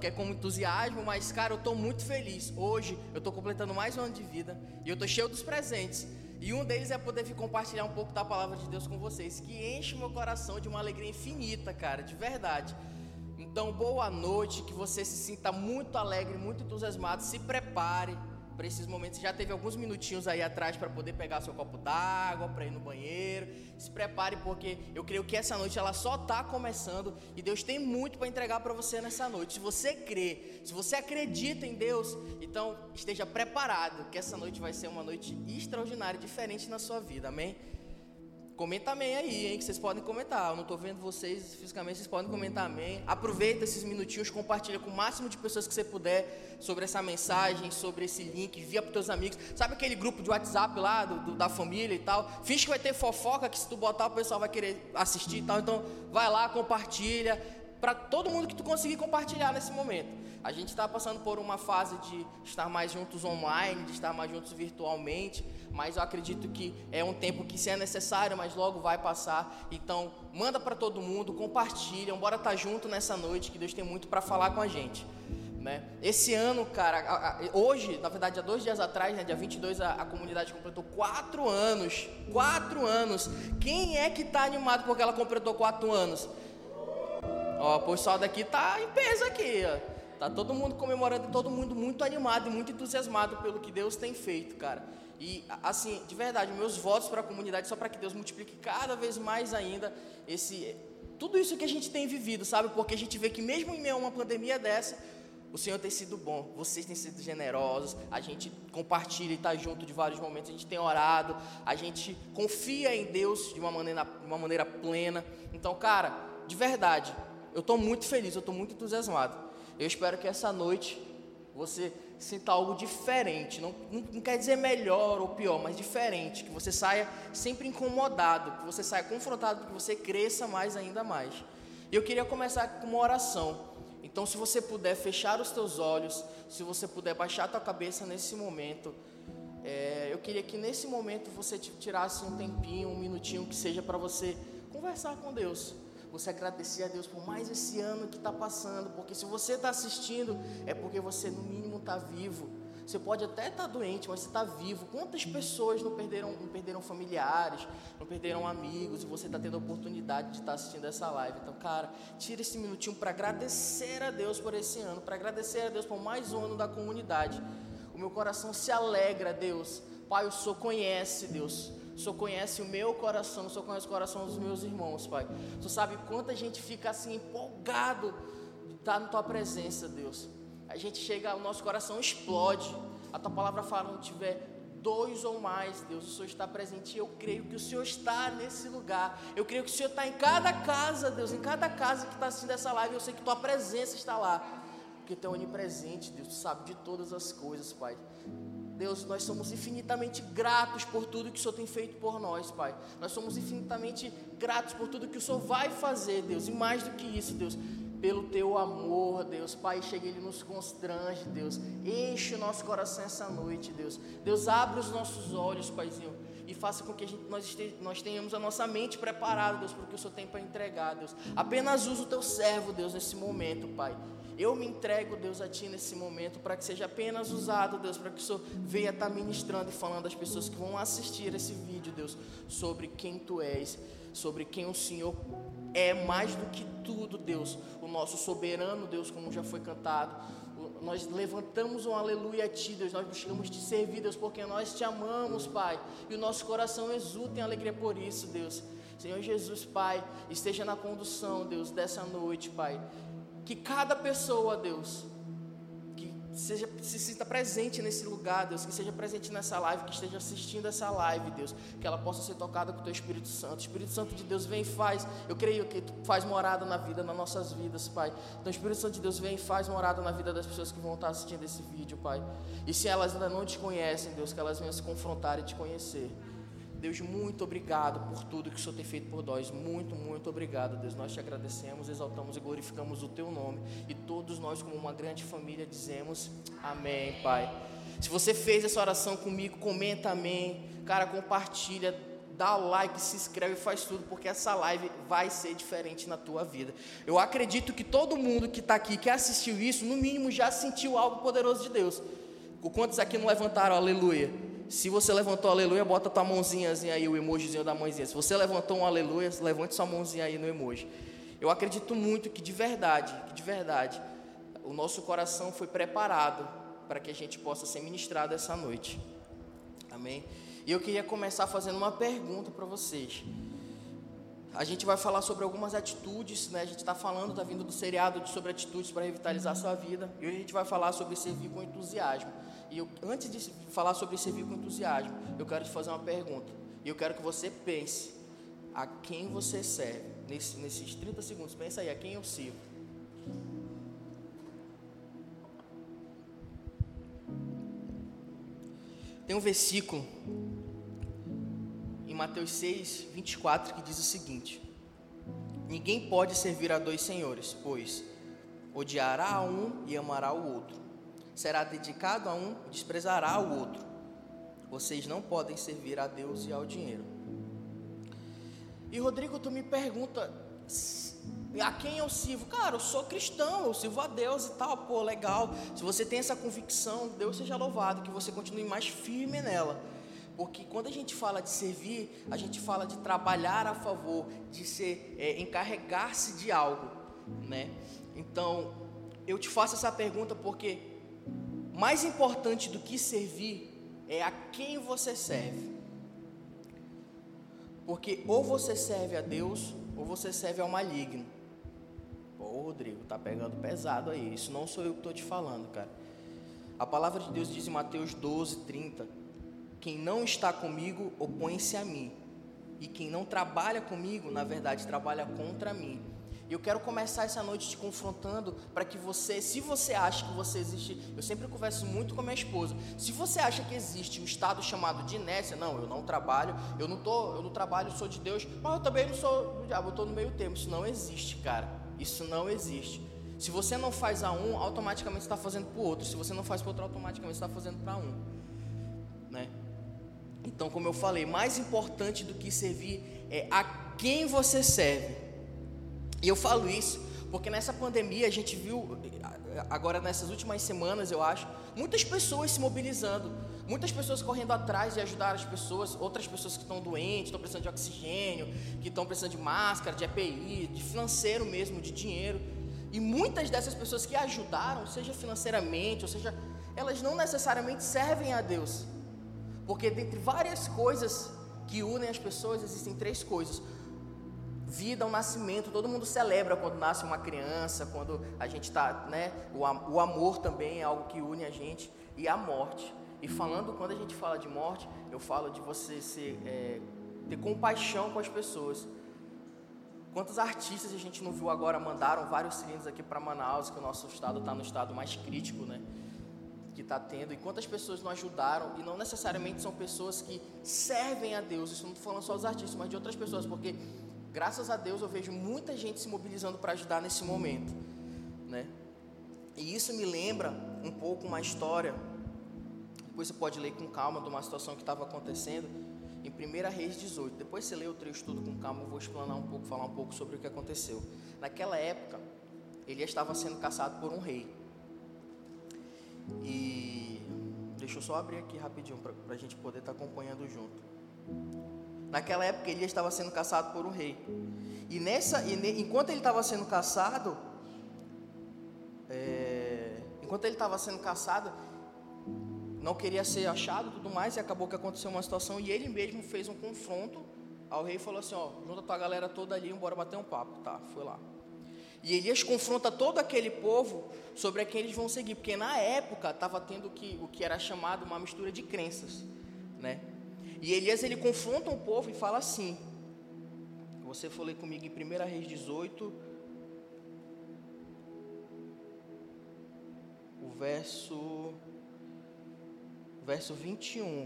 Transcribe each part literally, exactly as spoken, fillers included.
que é com entusiasmo, mas, cara, eu tô muito feliz. Hoje eu tô completando mais um ano de vida e eu tô cheio dos presentes. E um deles é poder vir compartilhar um pouco da palavra de Deus com vocês, que enche o meu coração de uma alegria infinita, cara, de verdade. Então, boa noite, que você se sinta muito alegre, muito entusiasmado, se prepare para esses momentos. Você já teve alguns minutinhos aí atrás para poder pegar seu copo d'água, para ir no banheiro. Se prepare, porque eu creio que essa noite ela só está começando e Deus tem muito para entregar para você nessa noite. Se você crê, se você acredita em Deus, então esteja preparado, que essa noite vai ser uma noite extraordinária, diferente na sua vida, amém? Comenta amém aí, hein, que vocês podem comentar. Eu não estou vendo vocês fisicamente, vocês podem comentar amém. Aproveita esses minutinhos, compartilha com o máximo de pessoas que você puder sobre essa mensagem, sobre esse link, envia para os teus amigos. Sabe aquele grupo de WhatsApp lá, do, do, da família e tal? Finge que vai ter fofoca, que se tu botar o pessoal vai querer assistir e tal. Então vai lá, compartilha, para todo mundo que tu conseguir compartilhar nesse momento. A gente está passando por uma fase de estar mais juntos online, de estar mais juntos virtualmente, mas eu acredito que é um tempo que se é necessário, mas logo vai passar. Então, manda para todo mundo, compartilha, bora estar junto nessa noite, que Deus tem muito para falar com a gente, né? Esse ano, cara, a, a, hoje, na verdade, há dois dias atrás, né, dia vinte e dois, a, a comunidade completou quatro anos, quatro anos. Quem é que está animado porque ela completou quatro anos? Ó, o pessoal daqui tá em peso aqui, ó. Tá todo mundo comemorando, todo mundo muito animado e muito entusiasmado pelo que Deus tem feito, cara. E, assim, de verdade, meus votos para a comunidade só para que Deus multiplique cada vez mais ainda esse, tudo isso que a gente tem vivido, sabe? Porque a gente vê que mesmo em meio a uma pandemia dessa, o Senhor tem sido bom, vocês têm sido generosos, a gente compartilha e está junto de vários momentos, a gente tem orado, a gente confia em Deus de uma maneira, de uma maneira plena. Então, cara, de verdade, eu estou muito feliz, eu estou muito entusiasmado. Eu espero que essa noite você sinta algo diferente, não, não, não quer dizer melhor ou pior, mas diferente, que você saia sempre incomodado, que você saia confrontado, que você cresça mais ainda mais. E eu queria começar com uma oração. Então, se você puder fechar os teus olhos, se você puder baixar a tua cabeça nesse momento, é, eu queria que nesse momento você tirasse um tempinho, um minutinho, que seja para você conversar com Deus. Você agradecer a Deus por mais esse ano que está passando, porque se você está assistindo, é porque você no mínimo está vivo. Você pode até estar doente, mas você está vivo. Quantas pessoas não perderam, não perderam familiares, não perderam amigos, e você está tendo a oportunidade de estar assistindo essa live. Então, cara, tira esse minutinho para agradecer a Deus por esse ano, para agradecer a Deus por mais um ano da comunidade. O meu coração se alegra, Deus. Pai, o Senhor conhece, Deus. O Senhor conhece o meu coração, o Senhor conhece o coração dos meus irmãos, Pai. O Senhor sabe quanta gente fica assim empolgado de estar na Tua presença, Deus. A gente chega, o nosso coração explode. A Tua palavra fala, onde tiver dois ou mais, Deus, o Senhor está presente. E eu creio que o Senhor está nesse lugar. Eu creio que o Senhor está em cada casa, Deus, em cada casa que está assistindo essa live. Eu sei que Tua presença está lá, porque Tu é onipresente, Deus, Tu sabe de todas as coisas, Pai. Deus, nós somos infinitamente gratos por tudo que o Senhor tem feito por nós, Pai. Nós somos infinitamente gratos por tudo que o Senhor vai fazer, Deus. E mais do que isso, Deus, pelo Teu amor, Deus. Pai, chega, Ele nos constrange, Deus. Enche o nosso coração essa noite, Deus. Deus, abre os nossos olhos, Paizinho, e faça com que a gente, nós, este, nós tenhamos a nossa mente preparada, Deus, para o que o Senhor tem para entregar, Deus. Apenas usa o Teu servo, Deus, nesse momento, Pai. Eu me entrego, Deus, a Ti nesse momento, para que seja apenas usado, Deus, para que o Senhor venha estar ministrando e falando às pessoas que vão assistir esse vídeo, Deus, sobre quem Tu és, sobre quem o Senhor é mais do que tudo, Deus, o nosso soberano, Deus, como já foi cantado. Nós levantamos um aleluia a Ti, Deus, nós buscamos Te servir, Deus, porque nós Te amamos, Pai, e o nosso coração exulta em alegria por isso, Deus. Senhor Jesus, Pai, esteja na condução, Deus, dessa noite, Pai. Que cada pessoa, Deus, que seja, se sinta presente nesse lugar, Deus, que seja presente nessa live, que esteja assistindo essa live, Deus, que ela possa ser tocada com o Teu Espírito Santo. Espírito Santo de Deus, vem e faz, eu creio que Tu faz morada na vida, nas nossas vidas, Pai. Então, Espírito Santo de Deus, vem e faz morada na vida das pessoas que vão estar assistindo esse vídeo, Pai. E se elas ainda não Te conhecem, Deus, que elas venham se confrontar e Te conhecer. Deus, muito obrigado por tudo que o Senhor tem feito por nós. Muito, muito obrigado, Deus. Nós Te agradecemos, exaltamos e glorificamos o Teu nome. E todos nós, como uma grande família, dizemos amém, Pai. Se você fez essa oração comigo, comenta amém. Cara, compartilha. dá o like, se inscreve, faz tudo, porque essa live vai ser diferente na tua vida. Eu acredito que todo mundo que está aqui, que assistiu isso, no mínimo já sentiu algo poderoso de Deus. Quantos aqui não levantaram aleluia? Se você levantou aleluia, bota tua mãozinhazinha aí, o emojizinho da mãozinha. Se você levantou um aleluia, levante sua mãozinha aí no emoji. Eu acredito muito que de verdade, que de verdade, o nosso coração foi preparado para que a gente possa ser ministrado essa noite. Amém? E eu queria começar fazendo uma pergunta para vocês. A gente vai falar sobre algumas atitudes, né? A gente está falando, está vindo do seriado sobre atitudes para revitalizar a sua vida. E hoje a gente vai falar sobre servir com entusiasmo. E eu, antes de falar sobre servir com entusiasmo, eu quero te fazer uma pergunta. E eu quero que você pense a quem você serve. Nesse, nesses trinta segundos, pensa aí, a quem eu sirvo. Tem um versículo em Mateus seis, vinte e quatro, que diz o seguinte: ninguém pode servir a dois senhores, pois odiará a um e amará o outro, será dedicado a um e desprezará o outro. Vocês não podem servir a Deus e ao dinheiro. E Rodrigo, tu me pergunta a quem eu sirvo? Cara, eu sou cristão, eu sirvo a Deus e tal. Pô, legal. Se você tem essa convicção, Deus seja louvado, que você continue mais firme nela. Porque quando a gente fala de servir, a gente fala de trabalhar a favor, de ser, é, encarregar-se de algo, né? Então, eu te faço essa pergunta porque mais importante do que servir é a quem você serve. Porque ou você serve a Deus, ou você serve ao maligno. Pô, Rodrigo, tá pegando pesado aí. Isso não sou eu que estou te falando, cara. A palavra de Deus diz em Mateus doze, trinta: quem não está comigo, opõe-se a mim. E quem não trabalha comigo, na verdade, trabalha contra mim. E eu quero começar essa noite te confrontando para que você, se você acha que você existe, eu sempre converso muito com a minha esposa, se você acha que existe um estado chamado de inércia, não, eu não trabalho, eu não, tô, eu não trabalho, sou de Deus, mas eu também não sou do diabo, eu estou no meio termo. Isso não existe, cara, isso não existe. Se você não faz a um, automaticamente você está fazendo para o outro. Se você não faz para o outro, automaticamente você está fazendo para um, né? Então, como eu falei, mais importante do que servir é a quem você serve. E eu falo isso porque nessa pandemia a gente viu, agora nessas últimas semanas eu acho, muitas pessoas se mobilizando, muitas pessoas correndo atrás de ajudar as pessoas, outras pessoas que estão doentes, estão precisando de oxigênio, que estão precisando de máscara, de E P I, de financeiro mesmo, de dinheiro. E muitas dessas pessoas que ajudaram, seja financeiramente, ou seja, elas não necessariamente servem a Deus. Porque dentre várias coisas que unem as pessoas, existem três coisas: vida, o nascimento. Todo mundo celebra quando nasce uma criança, quando a gente está, né? O, o amor também é algo que une a gente, e a morte. E falando, quando a gente fala de morte, eu falo de você ser, é, ter compaixão com as pessoas. Quantos artistas a gente não viu agora, mandaram vários cilindros aqui para Manaus, que o nosso estado está no estado mais crítico, né? Que está tendo, e quantas pessoas não ajudaram, e não necessariamente são pessoas que servem a Deus. Isso não estou falando só dos artistas, mas de outras pessoas, porque graças a Deus eu vejo muita gente se mobilizando para ajudar nesse momento, né? E isso me lembra um pouco uma história, depois você pode ler com calma, de uma situação que estava acontecendo em primeira Reis dezoito. Depois você lê o trecho tudo com calma, eu vou explanar um pouco, falar um pouco sobre o que aconteceu. Naquela época, Elias estava sendo caçado por um rei. E deixa eu só abrir aqui rapidinho para a gente poder estar acompanhando junto. Naquela época Elias estava sendo caçado por um rei. E, nessa, e ne, enquanto ele estava sendo caçado, é, enquanto ele estava sendo caçado, não queria ser achado e tudo mais, e acabou que aconteceu uma situação, e ele mesmo fez um confronto ao rei e falou assim: ó, junta tua galera toda ali, bora bater um papo. Tá, foi lá. E Elias confronta todo aquele povo sobre a quem eles vão seguir, porque na época estava tendo que, o que era chamado uma mistura de crenças, né? E Elias, ele confronta o povo e fala assim, você for ler comigo em primeira Reis dezoito, o verso, o verso vinte e um.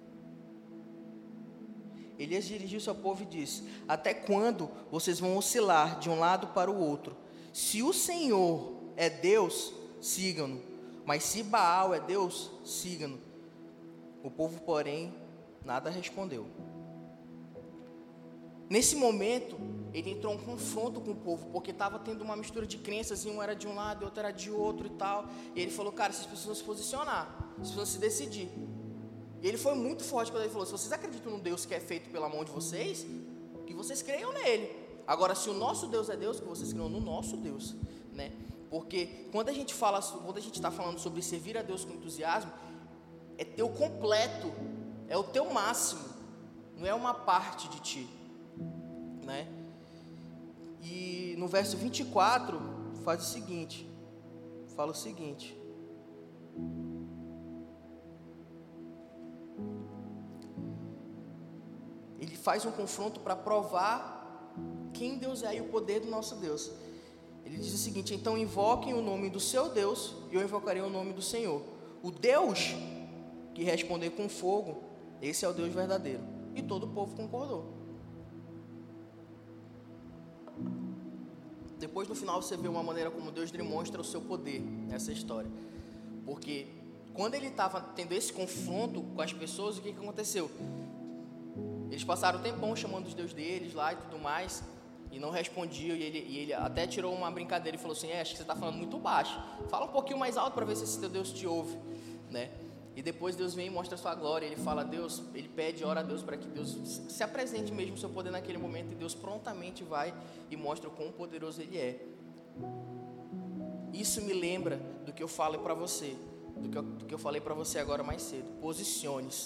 Elias dirigiu-se ao povo e disse: até quando vocês vão oscilar de um lado para o outro? Se o Senhor é Deus, sigam-no, mas se Baal é Deus, sigam-no. O povo, porém, nada respondeu. Nesse momento, ele entrou em confronto com o povo, porque estava tendo uma mistura de crenças, e um era de um lado, e outro era de outro e tal. E ele falou, cara, vocês precisam se posicionar, vocês precisam se decidir. E ele foi muito forte quando ele falou, se vocês acreditam num Deus que é feito pela mão de vocês, que vocês creiam nele. Agora, se o nosso Deus é Deus, que vocês creiam no nosso Deus, né? Porque quando a gente fala, quando a gente está falando sobre servir a Deus com entusiasmo, é teu completo, é o teu máximo, não é uma parte de ti, né? E no verso vinte e quatro faz o seguinte, fala o seguinte: ele faz um confronto para provar quem Deus é e o poder do nosso Deus. Ele diz o seguinte: então invoquem o nome do seu Deus, e eu invocarei o nome do Senhor. O Deus que responder com fogo, esse é o Deus verdadeiro. E todo o povo concordou. Depois no final você vê uma maneira como Deus demonstra o seu poder nessa história. Porque quando ele estava tendo esse confronto com as pessoas, o que, que aconteceu? Eles passaram o tempão chamando os deuses deles lá e tudo mais, e não respondiam, e ele, e ele até tirou uma brincadeira e falou assim: é, acho que você está falando muito baixo, fala um pouquinho mais alto para ver se esse teu Deus te ouve, né? E depois Deus vem e mostra a sua glória. Ele fala a Deus, ele pede, ora a Deus para que Deus se apresente mesmo o seu poder naquele momento, e Deus prontamente vai e mostra o quão poderoso ele é. Isso me lembra do que eu falei para você, do que eu, do que eu falei para você agora mais cedo. Posicione-se.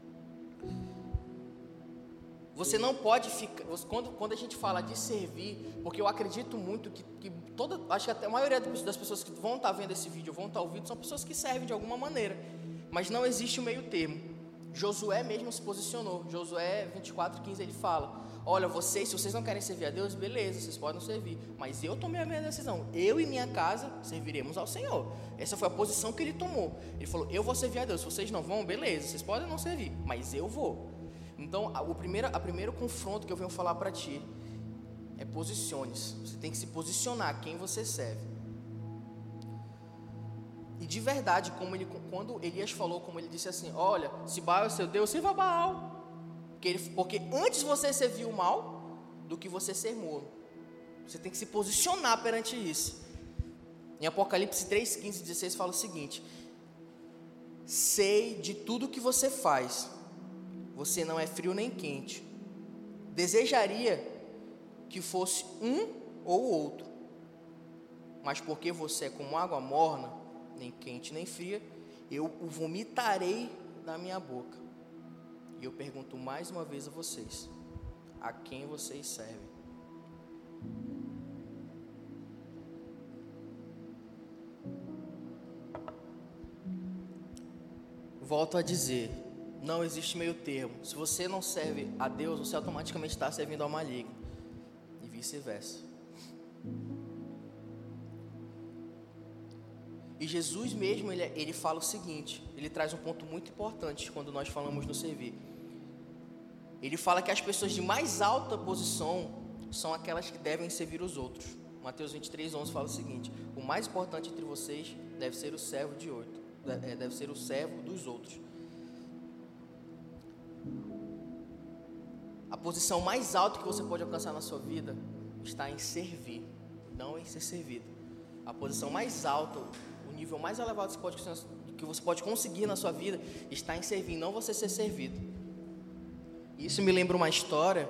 Você não pode ficar, quando, quando a gente fala de servir, porque eu acredito muito que, que toda, acho que até a maioria das pessoas que vão estar vendo esse vídeo, vão estar ouvindo, são pessoas que servem de alguma maneira, mas não existe o meio termo. Josué mesmo se posicionou. Josué vinte e quatro, quinze, ele fala: olha, vocês, se vocês não querem servir a Deus, beleza, vocês podem servir, mas eu tomei a minha decisão, eu e minha casa serviremos ao Senhor. Essa foi a posição que ele tomou. Ele falou: eu vou servir a Deus, se vocês não vão, beleza, vocês podem não servir, mas eu vou. Então, o primeiro, a primeiro confronto que eu venho falar para ti é: posicione-se. Você tem que se posicionar quem você serve. E de verdade, como ele, quando Elias falou, como ele disse assim: olha, se Baal é seu Deus, sirva Baal. Porque, ele, porque antes você servir o mal do que você ser morno. Você tem que se posicionar perante isso. Em Apocalipse três, quinze e dezesseis fala o seguinte: sei de tudo que você faz. Você não é frio nem quente. Desejaria que fosse um ou outro, mas porque você é como água morna, nem quente nem fria, eu o vomitarei da minha boca. E eu pergunto mais uma vez a vocês: a quem vocês servem? Volto a dizer: não existe meio termo. Se você não serve a Deus, você automaticamente está servindo ao maligno, e vice-versa. E Jesus mesmo, ele, ele fala o seguinte, ele traz um ponto muito importante quando nós falamos no servir. Ele fala que as pessoas de mais alta posição são aquelas que devem servir os outros. Mateus vinte e três, onze fala o seguinte: o mais importante entre vocês deve ser o servo de outro, deve ser o servo dos outros. A posição mais alta que você pode alcançar na sua vida está em servir, não em ser servido. A posição mais alta, o nível mais elevado que você pode, que você pode conseguir na sua vida está em servir, não você ser servido. Isso me lembra uma história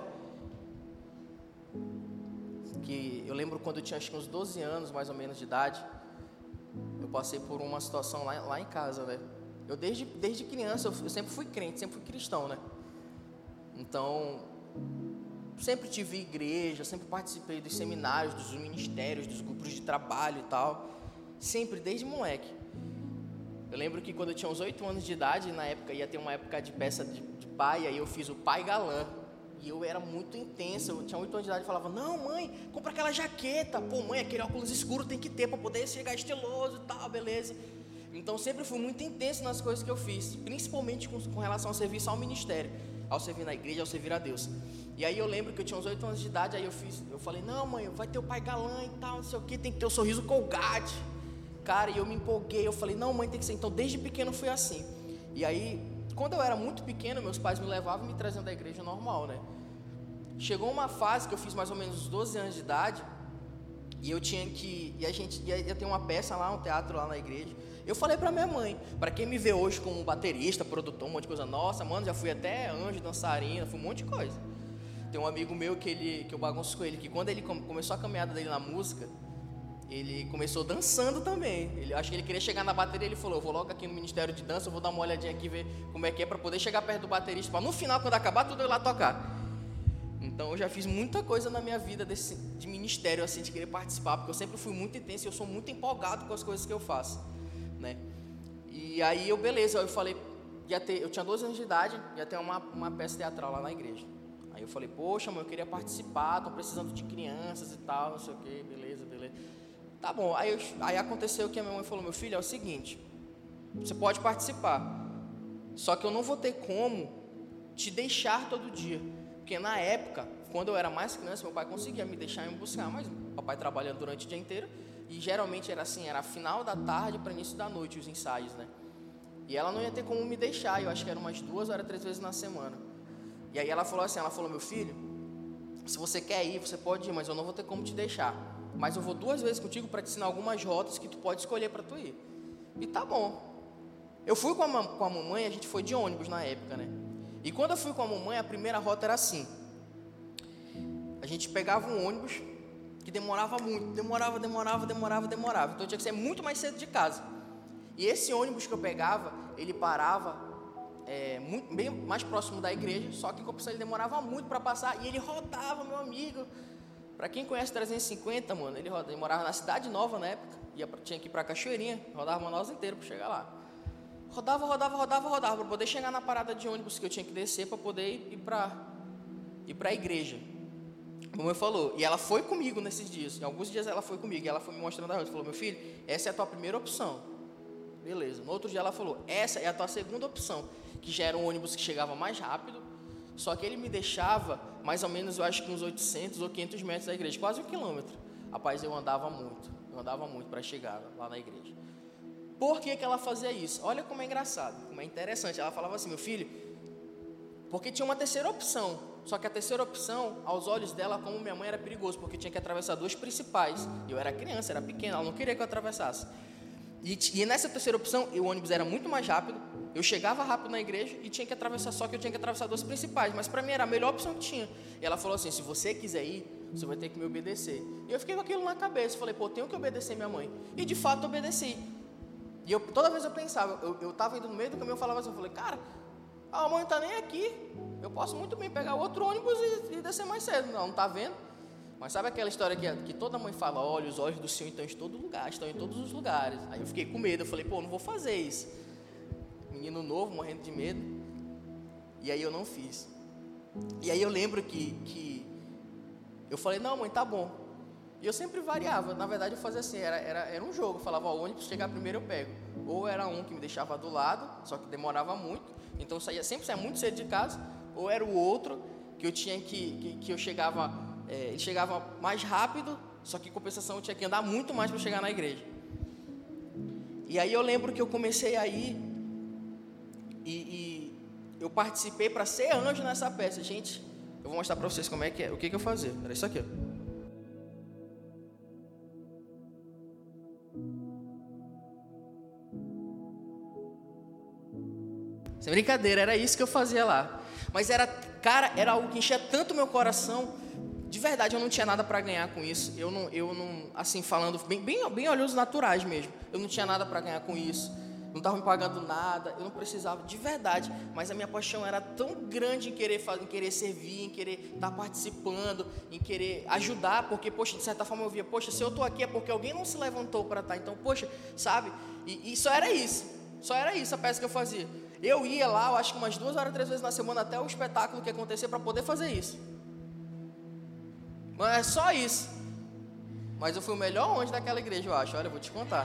que eu lembro quando eu tinha acho que uns doze anos, mais ou menos, de idade. Eu passei por uma situação lá, lá em casa, né? Eu desde, desde criança, eu, eu sempre fui crente, sempre fui cristão, né? Então, sempre tive igreja, sempre participei dos seminários, dos ministérios, dos grupos de trabalho e tal. Sempre, desde moleque. Eu lembro que quando eu tinha uns oito anos de idade, na época, ia ter uma época de peça de, de pai, aí eu fiz o pai galã. E eu era muito intenso, eu tinha oito anos de idade e falava: não, mãe, compra aquela jaqueta. Pô, mãe, aquele óculos escuro tem que ter para poder chegar estiloso e tal, beleza. Então, sempre fui muito intenso nas coisas que eu fiz, principalmente com, com relação ao serviço ao ministério, ao servir na igreja, ao servir a Deus. E aí eu lembro que eu tinha uns oito anos de idade, aí eu fiz, eu falei: não, mãe, vai ter o pai galã e tal, não sei o que, tem que ter o sorriso Colgate. Cara, e eu me empolguei, eu falei: não, mãe, tem que ser. Então, desde pequeno fui assim. E aí, quando eu era muito pequeno, meus pais me levavam e me traziam da igreja normal, né? chegou uma fase que eu fiz mais ou menos uns doze anos de idade, e eu tinha que, e a gente ia, ia ter uma peça lá, um teatro lá na igreja. Eu falei pra minha mãe, pra quem me vê hoje como baterista, produtor, um monte de coisa, nossa, mano, já fui até anjo, dançarina, fui um monte de coisa. Tem um amigo meu que, ele, que eu bagunço com ele, que quando ele começou a caminhada dele na música, ele começou dançando também. Ele, acho que ele queria chegar na bateria, ele falou, eu vou logo aqui no Ministério de Dança, eu vou dar uma olhadinha aqui, ver como é que é, pra poder chegar perto do baterista, pra no final, quando acabar tudo, eu ir lá tocar. Então eu já fiz muita coisa na minha vida desse, de ministério, assim, de querer participar, porque eu sempre fui muito intenso e eu sou muito empolgado com as coisas que eu faço, né? E aí eu, beleza, eu falei, ia ter, eu tinha doze anos de idade, ia ter uma, uma peça teatral lá na igreja. Aí eu falei, poxa, mãe, eu queria participar, tô precisando de crianças e tal, não sei o que, beleza, beleza. Tá bom, aí, eu, aí aconteceu que a minha mãe falou, meu filho, é o seguinte, você pode participar, só que eu não vou ter como te deixar todo dia, porque na época, quando eu era mais criança, meu pai conseguia me deixar e me buscar, mas o papai trabalhando durante o dia inteiro, e geralmente era assim, era final da tarde para início da noite os ensaios, né? E ela não ia ter como me deixar, eu acho que era umas duas ou era três vezes na semana. E aí ela falou assim, ela falou, meu filho, se você quer ir, você pode ir, mas eu não vou ter como te deixar. Mas eu vou duas vezes contigo para te ensinar algumas rotas que tu pode escolher para tu ir. E tá bom. Eu fui com a, com a mamãe, a gente foi de ônibus na época, né? E quando eu fui com a mamãe, a primeira rota era assim. A gente pegava um ônibus que demorava muito, demorava, demorava, demorava, demorava. Então tinha que ser muito mais cedo de casa. E esse ônibus que eu pegava, ele parava é, muito, bem mais próximo da igreja, só que em compensação ele demorava muito para passar e ele rodava, meu amigo. Para quem conhece trezentos e cinquenta, mano, ele, rodava, ele morava na Cidade Nova na época, ia pra, tinha que ir para Cachoeirinha, rodava Manaus inteiro para chegar lá. Rodava, rodava, rodava, rodava, para poder chegar na parada de ônibus que eu tinha que descer para poder ir para ir para a igreja. A mamãe falou, e ela foi comigo nesses dias, em alguns dias ela foi comigo, e ela foi me mostrando a rota, falou, meu filho, essa é a tua primeira opção. Beleza, no outro dia ela falou, essa é a tua segunda opção, que já era um ônibus que chegava mais rápido, só que ele me deixava mais ou menos, eu acho que uns oitocentos ou quinhentos metros da igreja, quase um quilômetro. Rapaz, eu andava muito, eu andava muito para chegar lá na igreja. Por que que ela fazia isso? Olha como é engraçado, como é interessante. Ela falava assim, meu filho, porque tinha uma terceira opção, só que a terceira opção, aos olhos dela, como minha mãe, era perigoso, porque tinha que atravessar duas principais. Eu era criança, era pequena, ela não queria que eu atravessasse. E, e nessa terceira opção, o ônibus era muito mais rápido, eu chegava rápido na igreja e tinha que atravessar, só que eu tinha que atravessar duas principais, mas para mim era a melhor opção que tinha. E ela falou assim, se você quiser ir, você vai ter que me obedecer. E eu fiquei com aquilo na cabeça, falei, pô, eu tenho que obedecer minha mãe. E de fato obedeci. E eu, toda vez eu pensava, eu estava indo no meio do caminho, eu falava assim, eu falei, cara, a mãe não está nem aqui, eu posso muito bem pegar outro ônibus e, e descer mais cedo. Não, não está vendo? Mas sabe aquela história que, que toda mãe fala, olha, os olhos do Senhor estão em todo lugar, estão em todos os lugares. Aí eu fiquei com medo, eu falei, pô, não vou fazer isso. Menino novo, morrendo de medo. E aí eu não fiz. E aí eu lembro que, que eu falei, não, mãe, tá bom. E eu sempre variava, na verdade eu fazia assim, era, era, era um jogo, eu falava, ó, o ônibus chegar primeiro eu pego. Ou era um que me deixava do lado, só que demorava muito, então eu saía, sempre saía muito cedo de casa, ou era o outro, que eu tinha que, que, que eu chegava, é, ele chegava mais rápido, só que em compensação eu tinha que andar muito mais para chegar na igreja. E aí eu lembro que eu comecei a ir, e, e eu participei para ser anjo nessa peça. Gente, eu vou mostrar para vocês como é que é, o que, que eu fazia, era isso aqui, ó. Sem brincadeira, era isso que eu fazia lá. Mas era, cara, era algo que enchia tanto meu coração. De verdade, eu não tinha nada para ganhar com isso. Eu não, eu não, assim, falando bem, bem, bem olhos naturais mesmo. Eu não tinha nada para ganhar com isso. Não estava me pagando nada. Eu não precisava, de verdade. Mas a minha paixão era tão grande em querer, em querer servir, em querer estar participando, em querer ajudar. Porque, poxa, de certa forma eu via, poxa, se eu estou aqui é porque alguém não se levantou para estar. Então, poxa, sabe? E, e só era isso. Só era isso a peça que eu fazia. Eu ia lá, eu acho que umas duas horas, três vezes na semana, até o espetáculo que acontecia, para poder fazer isso. Mas é só isso. Mas eu fui o melhor anjo daquela igreja, eu acho. Olha, eu vou te contar.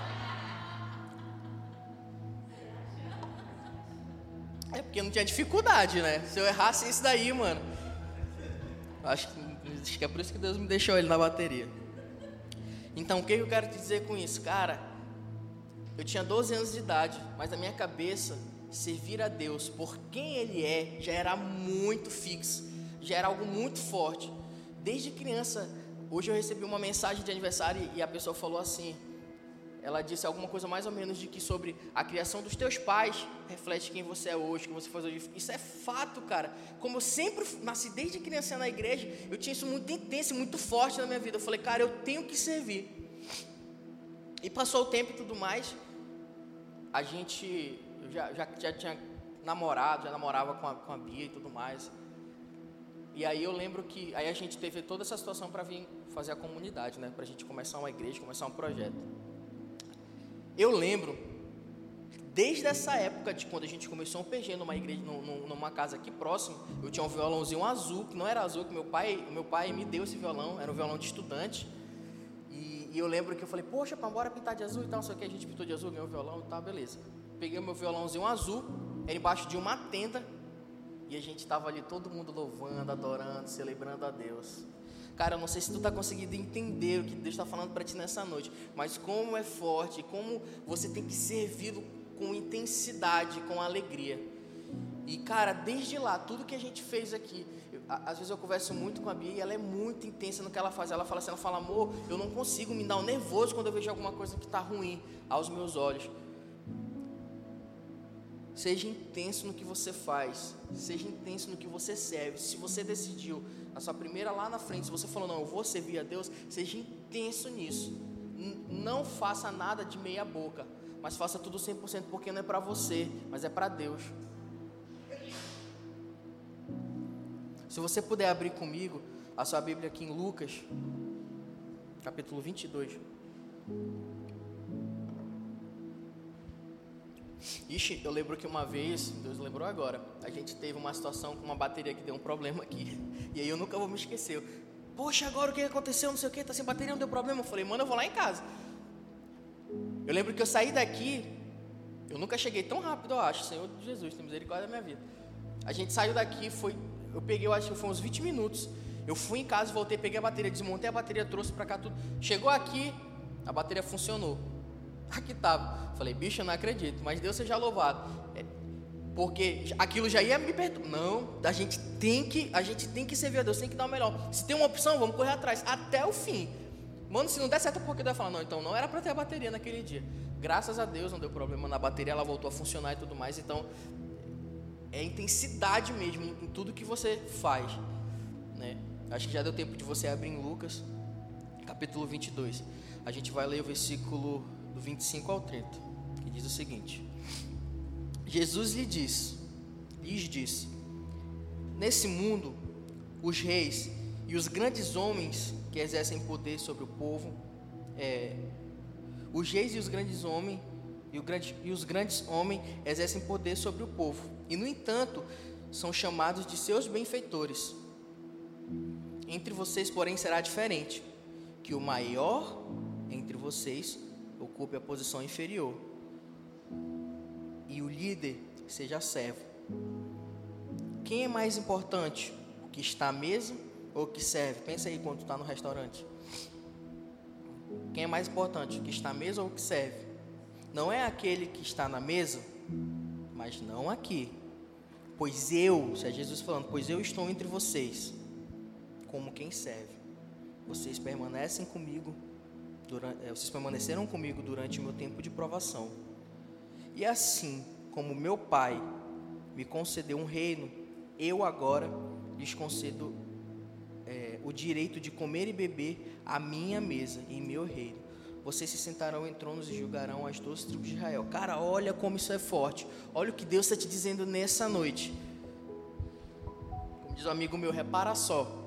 É porque não tinha dificuldade, né? Se eu errasse isso daí, mano. Acho que, acho que é por isso que Deus me deixou ele na bateria. Então, o que eu quero te dizer com isso? Cara, eu tinha doze anos de idade, mas na minha cabeça, servir a Deus por quem Ele é, já era muito fixo. já era algo muito forte. Desde criança, hoje eu recebi uma mensagem de aniversário e a pessoa falou assim, ela disse alguma coisa mais ou menos de que sobre a criação dos teus pais reflete quem você é hoje, que você faz hoje. Isso é fato, cara. Como eu sempre nasci desde criança na igreja, eu tinha isso muito intenso, muito forte na minha vida. Eu falei, cara, eu tenho que servir. E passou o tempo e tudo mais, a gente, eu já, já, já tinha namorado, já namorava com a, com a Bia e tudo mais. E aí eu lembro que, aí a gente teve toda essa situação para vir fazer a comunidade, né? Para a gente começar uma igreja, começar um projeto. Eu lembro, desde essa época de quando a gente começou um P G numa igreja, numa casa aqui próximo, eu tinha um violãozinho azul, que não era azul, que meu pai, meu pai me deu esse violão, era um violão de estudante. E, e eu lembro que eu falei, poxa, pá, bora pintar de azul e tal, não sei o que, a gente pintou de azul, ganhou o violão e tal, beleza. Peguei o meu violãozinho azul, era embaixo de uma tenda, e a gente estava ali todo mundo louvando, adorando, celebrando a Deus. Cara, eu não sei se tu está conseguindo entender o que Deus está falando para ti nessa noite, mas como é forte, como você tem que servi-lo com intensidade, com alegria. E cara, desde lá, tudo que a gente fez aqui, eu, às vezes eu converso muito com a Bia e ela é muito intensa no que ela faz. Ela fala assim, ela fala, amor, eu não consigo me dar um nervoso quando eu vejo alguma coisa que está ruim aos meus olhos. Seja intenso no que você faz, seja intenso no que você serve. Se você decidiu, a sua primeira lá na frente, se você falou, não, eu vou servir a Deus, seja intenso nisso. N- não faça nada de meia boca, mas faça tudo cem por cento, porque não é para você, mas é para Deus. Se você puder abrir comigo a sua Bíblia aqui em Lucas, capítulo vinte e dois. Ixi, eu lembro que uma vez, Deus lembrou agora, a gente teve uma situação com uma bateria que deu um problema aqui. E aí eu nunca vou me esquecer. Poxa, agora o que aconteceu, não sei o que, tá sem bateria, não deu problema. Eu falei, mano, eu vou lá em casa. Eu lembro que eu saí daqui, eu nunca cheguei tão rápido, eu acho. Senhor Jesus, tem misericórdia da minha vida. A gente saiu daqui, foi, eu peguei, eu acho que foi uns vinte minutos. Eu fui em casa, voltei, peguei a bateria, desmontei a bateria, trouxe pra cá tudo. Chegou aqui, a bateria funcionou. Aqui estava, falei, bicho, eu não acredito, mas Deus seja louvado, é, porque aquilo já ia me perturbar. Não, a gente tem que, a gente tem que servir a Deus, tem que dar o melhor. Se tem uma opção, vamos correr atrás, até o fim. Mano, se não der certo, porque Deus vai falar, não, então não era para ter a bateria naquele dia. Graças a Deus não deu problema na bateria, ela voltou a funcionar e tudo mais. Então, é intensidade mesmo em, em tudo que você faz, né? Acho que já deu tempo de você abrir em Lucas, capítulo vinte e dois. A gente vai ler o versículo do vinte e cinco ao trinta, que diz o seguinte: Jesus lhe disse, lhes disse, nesse mundo, os reis e os grandes homens que exercem poder sobre o povo, é, os reis e os grandes homens e, o grande, e os grandes homens exercem poder sobre o povo, e no entanto, são chamados de seus benfeitores. Entre vocês, porém, será diferente, que o maior entre vocês ocupe a posição inferior, e o líder seja servo. Quem é mais importante, o que está à mesa ou o que serve? Pensa aí quando tu está no restaurante. Quem é mais importante, o que está à mesa ou o que serve? Não é aquele que está na mesa, mas não aqui. Pois eu, isso é Jesus falando, pois eu estou entre vocês, como quem serve. Vocês permanecem comigo Durante, vocês permaneceram comigo durante o meu tempo de provação. E assim como meu Pai me concedeu um reino, eu agora lhes concedo é, o direito de comer e beber à minha mesa, em meu reino. Vocês se sentarão em tronos e julgarão as doze tribos de Israel. Cara, olha como isso é forte. Olha o que Deus está te dizendo nessa noite. Como diz um amigo meu, repara só.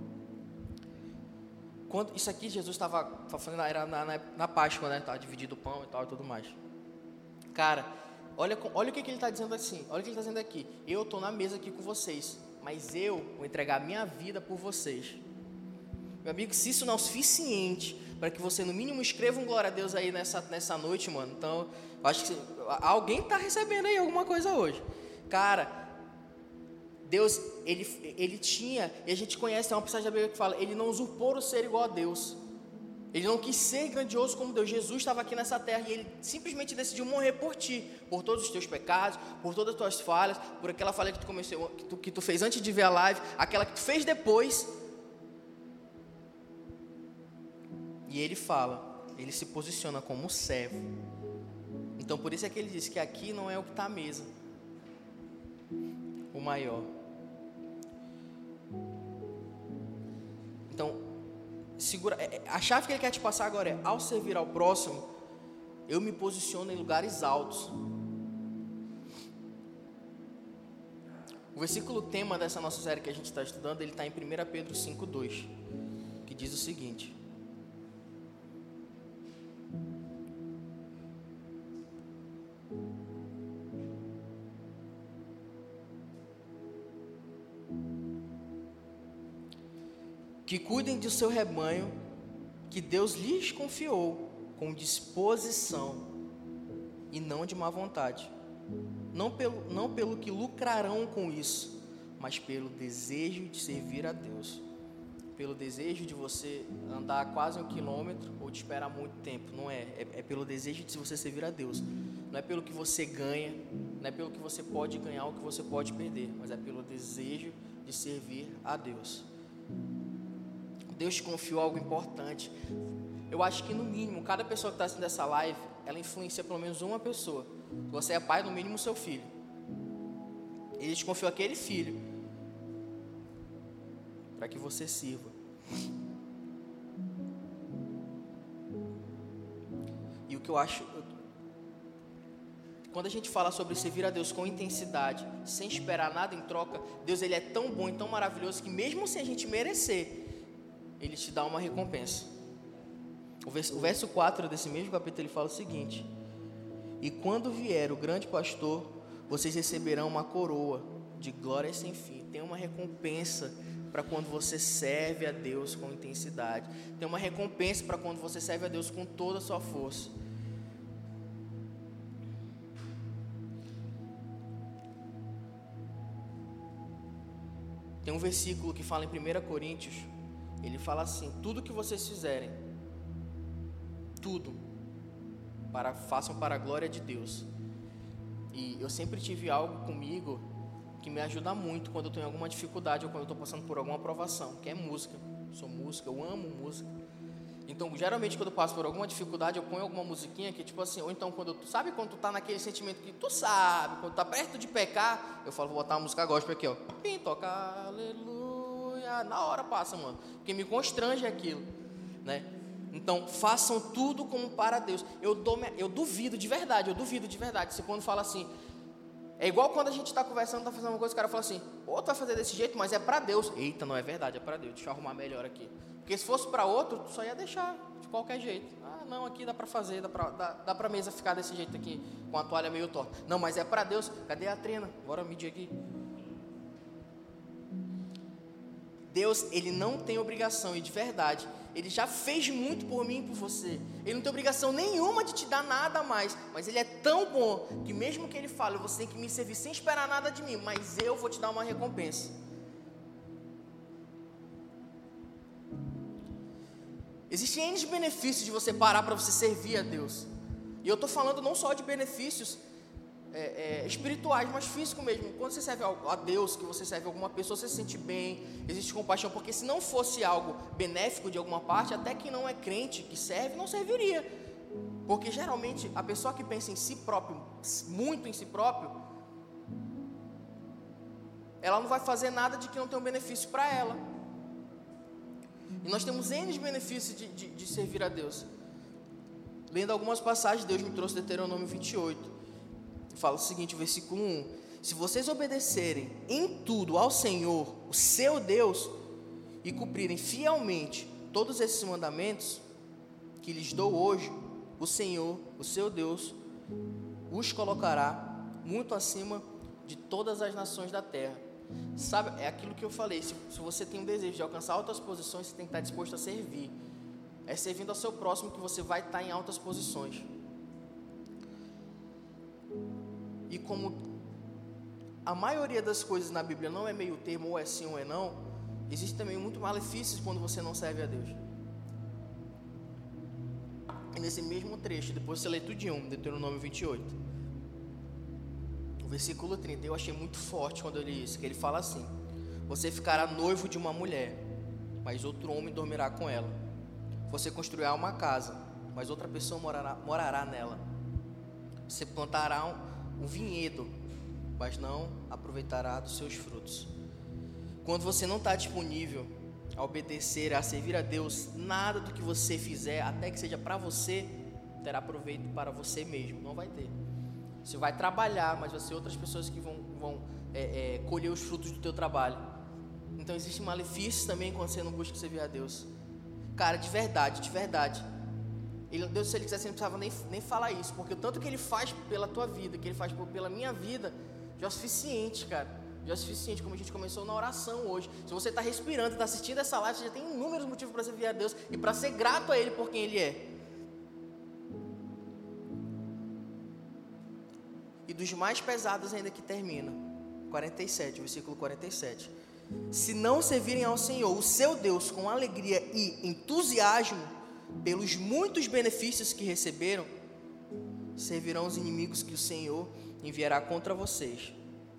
Quando, isso aqui Jesus estava fazendo, era na, na, na Páscoa, né? Estava dividido o pão e tal e tudo mais. Cara, olha, olha o que, que ele está dizendo assim. Olha o que ele está dizendo aqui. Eu estou na mesa aqui com vocês, mas eu vou entregar a minha vida por vocês. Meu amigo, se isso não é o suficiente para que você no mínimo escreva um glória a Deus aí nessa, nessa noite, mano. Então, eu acho que alguém está recebendo aí alguma coisa hoje. Cara, Deus, ele, ele tinha, e a gente conhece, tem uma passagem da Bíblia que fala, ele não usurpou o ser igual a Deus. Ele não quis ser grandioso como Deus. Jesus estava aqui nessa terra e ele simplesmente decidiu morrer por ti, por todos os teus pecados, por todas as tuas falhas, por aquela falha que tu, comecei, que tu, que tu fez antes de ver a live, aquela que tu fez depois. E ele fala, ele se posiciona como servo. Então por isso é que ele diz que aqui não é o que está à mesa, o maior. Então, segura, a chave que ele quer te passar agora é: ao servir ao próximo, eu me posiciono em lugares altos. O versículo tema dessa nossa série que a gente está estudando, ele está em primeira Pedro cinco, dois, que diz o seguinte: que cuidem do seu rebanho, que Deus lhes confiou, com disposição e não de má vontade, não pelo, não pelo que lucrarão com isso, mas pelo desejo de servir a Deus, pelo desejo de você andar quase um quilômetro ou de esperar muito tempo. Não é, é, é pelo desejo de você servir a Deus, não é pelo que você ganha, não é pelo que você pode ganhar ou que você pode perder, mas é pelo desejo de servir a Deus. Deus te confiou algo importante. Eu acho que no mínimo, cada pessoa que está assistindo essa live, ela influencia pelo menos uma pessoa. Se você é pai, no mínimo o seu filho. Ele te confiou aquele filho para que você sirva. E o que eu acho, quando a gente fala sobre servir a Deus com intensidade, sem esperar nada em troca, Deus ele é tão bom e tão maravilhoso que mesmo sem a gente merecer, Ele te dá uma recompensa. O verso, o verso quatro desse mesmo capítulo, ele fala o seguinte: e quando vier o grande pastor, vocês receberão uma coroa de glória sem fim. Tem uma recompensa para quando você serve a Deus com intensidade. Tem uma recompensa para quando você serve a Deus com toda a sua força. Tem um versículo que fala em primeira Coríntios. Ele fala assim: tudo que vocês fizerem, tudo, para, façam para a glória de Deus. E eu sempre tive algo comigo que me ajuda muito quando eu estou em alguma dificuldade ou quando eu estou passando por alguma provação, que é música. Eu sou música, eu amo música. Então, geralmente, quando eu passo por alguma dificuldade, eu ponho alguma musiquinha que, tipo assim, ou então, quando tu sabe quando tu tá naquele sentimento que tu sabe, quando tu tá perto de pecar, eu falo, vou botar uma música gospel aqui, ó. Pim, toca, aleluia. Na hora passa, mano, porque me constrange aquilo, né? Então, façam tudo como para Deus. Eu, dou, eu duvido de verdade, eu duvido de verdade. Se quando fala assim, é igual quando a gente está conversando, está fazendo uma coisa, o cara fala assim, ou tu vai fazer desse jeito, mas é para Deus. Eita, não é verdade, é para Deus, deixa eu arrumar melhor aqui. Porque se fosse para outro, tu só ia deixar de qualquer jeito. Ah, não, aqui dá para fazer, dá para dá, dá para a mesa ficar desse jeito aqui, com a toalha meio torta. Não, mas é para Deus. Cadê a trena? Bora medir aqui. Deus, Ele não tem obrigação, e de verdade, Ele já fez muito por mim e por você. Ele não tem obrigação nenhuma de te dar nada a mais, mas Ele é tão bom, que mesmo que Ele fale, você tem que me servir sem esperar nada de mim, mas eu vou te dar uma recompensa. Existem N benefícios de você parar para você servir a Deus. E eu estou falando não só de benefícios é, é, espirituais, mas físicos mesmo. Quando você serve a Deus, que você serve a alguma pessoa, você se sente bem, existe compaixão. Porque se não fosse algo benéfico de alguma parte, até quem não é crente, que serve, não serviria. Porque geralmente a pessoa que pensa em si próprio, muito em si próprio, ela não vai fazer nada de que não tem um benefício para ela. E nós temos N benefícios de, de, de servir a Deus. Lendo algumas passagens, Deus me trouxe Deuteronômio vinte e oito. Fala o seguinte, o versículo um. Se vocês obedecerem em tudo ao Senhor, o seu Deus, e cumprirem fielmente todos esses mandamentos que lhes dou hoje, o Senhor, o seu Deus, os colocará muito acima de todas as nações da terra. Sabe, é aquilo que eu falei, se, se você tem um desejo de alcançar altas posições, você tem que estar disposto a servir. É servindo ao seu próximo que você vai estar em altas posições. E como a maioria das coisas na Bíblia não é meio termo, ou é sim ou é não, existe também muito malefícios quando você não serve a Deus. E nesse mesmo trecho, depois você lê tudinho, Deuteronômio vinte e oito, o versículo trinta, eu achei muito forte quando eu li isso, que ele fala assim: você ficará noivo de uma mulher, mas outro homem dormirá com ela. Você construirá uma casa, mas outra pessoa morará, morará nela. Você plantará um, um vinhedo, mas não aproveitará dos seus frutos. Quando você não está disponível a obedecer, a servir a Deus, nada do que você fizer, até que seja para você, terá proveito para você mesmo. Não vai ter. Você vai trabalhar, mas vai ser outras pessoas que vão, vão é, é, colher os frutos do teu trabalho. Então existe malefícios também quando você não busca servir a Deus. Cara, de verdade, de verdade, ele, Deus, se Ele quisesse, não precisava nem, nem falar isso, porque o tanto que Ele faz pela tua vida, que Ele faz pela minha vida, já é o suficiente, cara. Já é o suficiente, como a gente começou na oração hoje. Se você está respirando, está assistindo essa live, você já tem inúmeros motivos para servir a Deus e para ser grato a Ele por quem Ele é. E dos mais pesados ainda que termina, quarenta e sete, versículo quarenta e sete. Se não servirem ao Senhor, o seu Deus, com alegria e entusiasmo, pelos muitos benefícios que receberam, servirão os inimigos que o Senhor enviará contra vocês.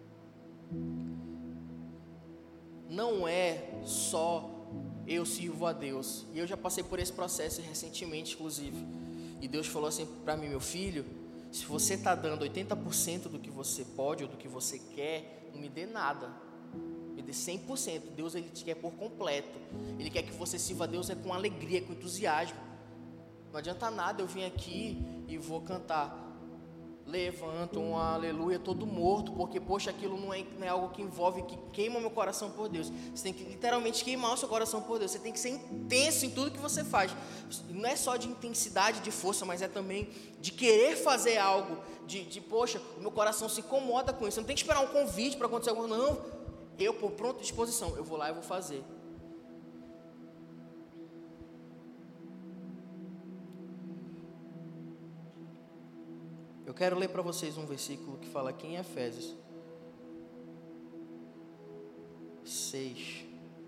Não é só eu sirvo a Deus. E eu já passei por esse processo recentemente, inclusive. E Deus falou assim para mim: meu filho, se você está dando oitenta por cento do que você pode ou do que você quer, não me dê nada. Me dê cem por cento. Deus, Ele te quer por completo. Ele quer que você sirva a Deus é com alegria, com entusiasmo. Não adianta nada eu vir aqui e vou cantar levanta um aleluia todo morto, porque poxa, aquilo não é, não é algo que envolve, que queima meu coração por Deus. Você tem que literalmente queimar o seu coração por Deus. Você tem que ser intenso em tudo que você faz. Não é só de intensidade, de força, mas é também de querer fazer algo, de, de poxa, o meu coração se incomoda com isso. Você não tem que esperar um convite para acontecer alguma coisa, não. Eu, por pronta disposição, eu vou lá e vou fazer. Eu quero ler para vocês um versículo que fala aqui em Efésios seis,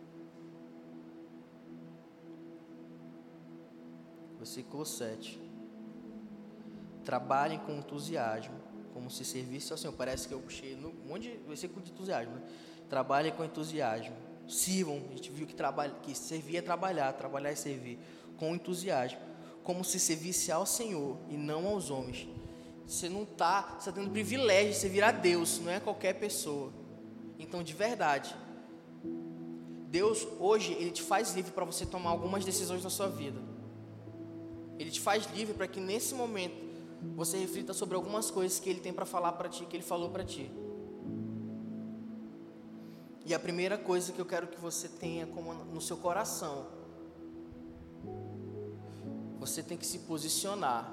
versículo sete. Trabalhem com entusiasmo, como se servisse ao Senhor. Parece que eu puxei um monte de versículo de entusiasmo, né? Trabalhem com entusiasmo, sirvam. A gente viu que, trabalha, que servir é trabalhar, trabalhar é servir, com entusiasmo, como se servisse ao Senhor e não aos homens. Você não está, você está tendo privilégio de servir a Deus, não é qualquer pessoa. Então, de verdade, Deus hoje, Ele te faz livre para você tomar algumas decisões na sua vida. Ele te faz livre para que nesse momento você reflita sobre algumas coisas que Ele tem para falar para ti, que Ele falou para ti. E a primeira coisa que eu quero que você tenha como no seu coração, você tem que se posicionar.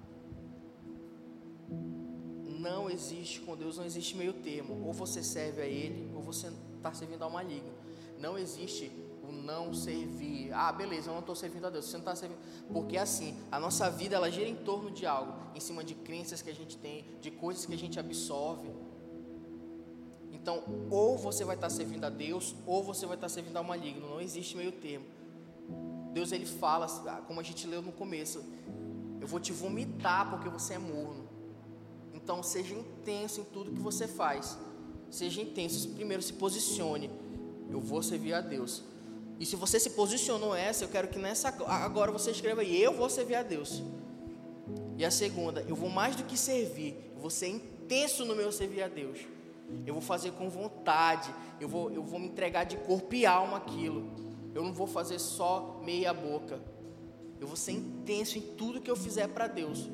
Não existe, com Deus não existe meio termo. Ou você serve a Ele, ou você está servindo ao maligno. Não existe o não servir. Ah, beleza, eu não estou servindo a Deus. Você não está servindo. Porque assim, a nossa vida, ela gira em torno de algo. Em cima de crenças que a gente tem, de coisas que a gente absorve. Então, ou você vai estar servindo a Deus, ou você vai estar servindo ao maligno. Não existe meio termo. Deus, Ele fala, como a gente leu no começo: eu vou te vomitar porque você é morno. Então, seja intenso em tudo que você faz. Seja intenso. Primeiro, se posicione. Eu vou servir a Deus. E se você se posicionou essa, eu quero que nessa agora você escreva aí: eu vou servir a Deus. E a segunda: eu vou mais do que servir. Eu vou ser intenso no meu servir a Deus. Eu vou fazer com vontade. Eu vou, eu vou me entregar de corpo e alma aquilo. Eu não vou fazer só meia boca. Eu vou ser intenso em tudo que eu fizer para Deus.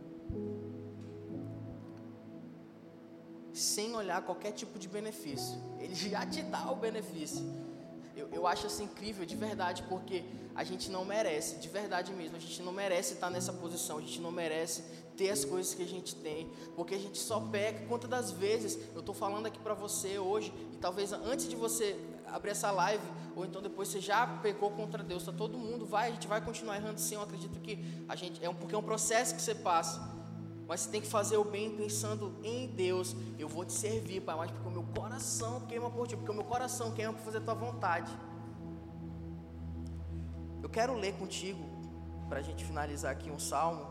Sem olhar qualquer tipo de benefício. Ele já te dá o benefício. Eu, eu acho isso incrível, de verdade, porque a gente não merece, de verdade mesmo, a gente não merece estar nessa posição, a gente não merece ter as coisas que a gente tem, porque a gente só peca. Quantas das vezes eu estou falando aqui para você hoje, e talvez antes de você abrir essa live, ou então depois você já pecou contra Deus, tá? Todo mundo vai, a gente vai continuar errando sim, eu acredito que a gente, é um, porque é um processo que você passa. Mas você tem que fazer o bem pensando em Deus. Eu vou te servir, Pai, mas porque o meu coração queima por ti, porque o meu coração queima por fazer a tua vontade. Eu quero ler contigo para a gente finalizar aqui um salmo.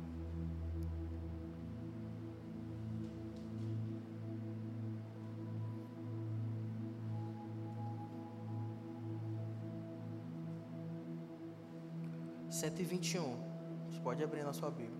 cento e vinte e um. Você pode abrir na sua Bíblia.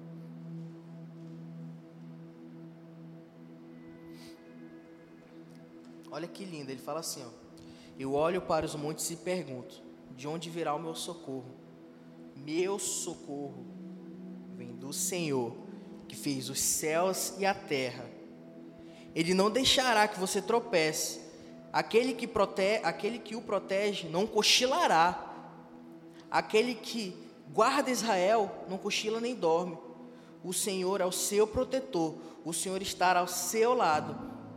Olha que lindo, ele fala assim, ó: eu olho para os montes e pergunto, de onde virá o meu socorro? Meu socorro vem do Senhor, que fez os céus e a terra. Ele não deixará que você tropece. Aquele que, prote... Aquele que o protege não cochilará. Aquele que guarda Israel não cochila nem dorme. O Senhor é o seu protetor. O Senhor estará ao seu lado,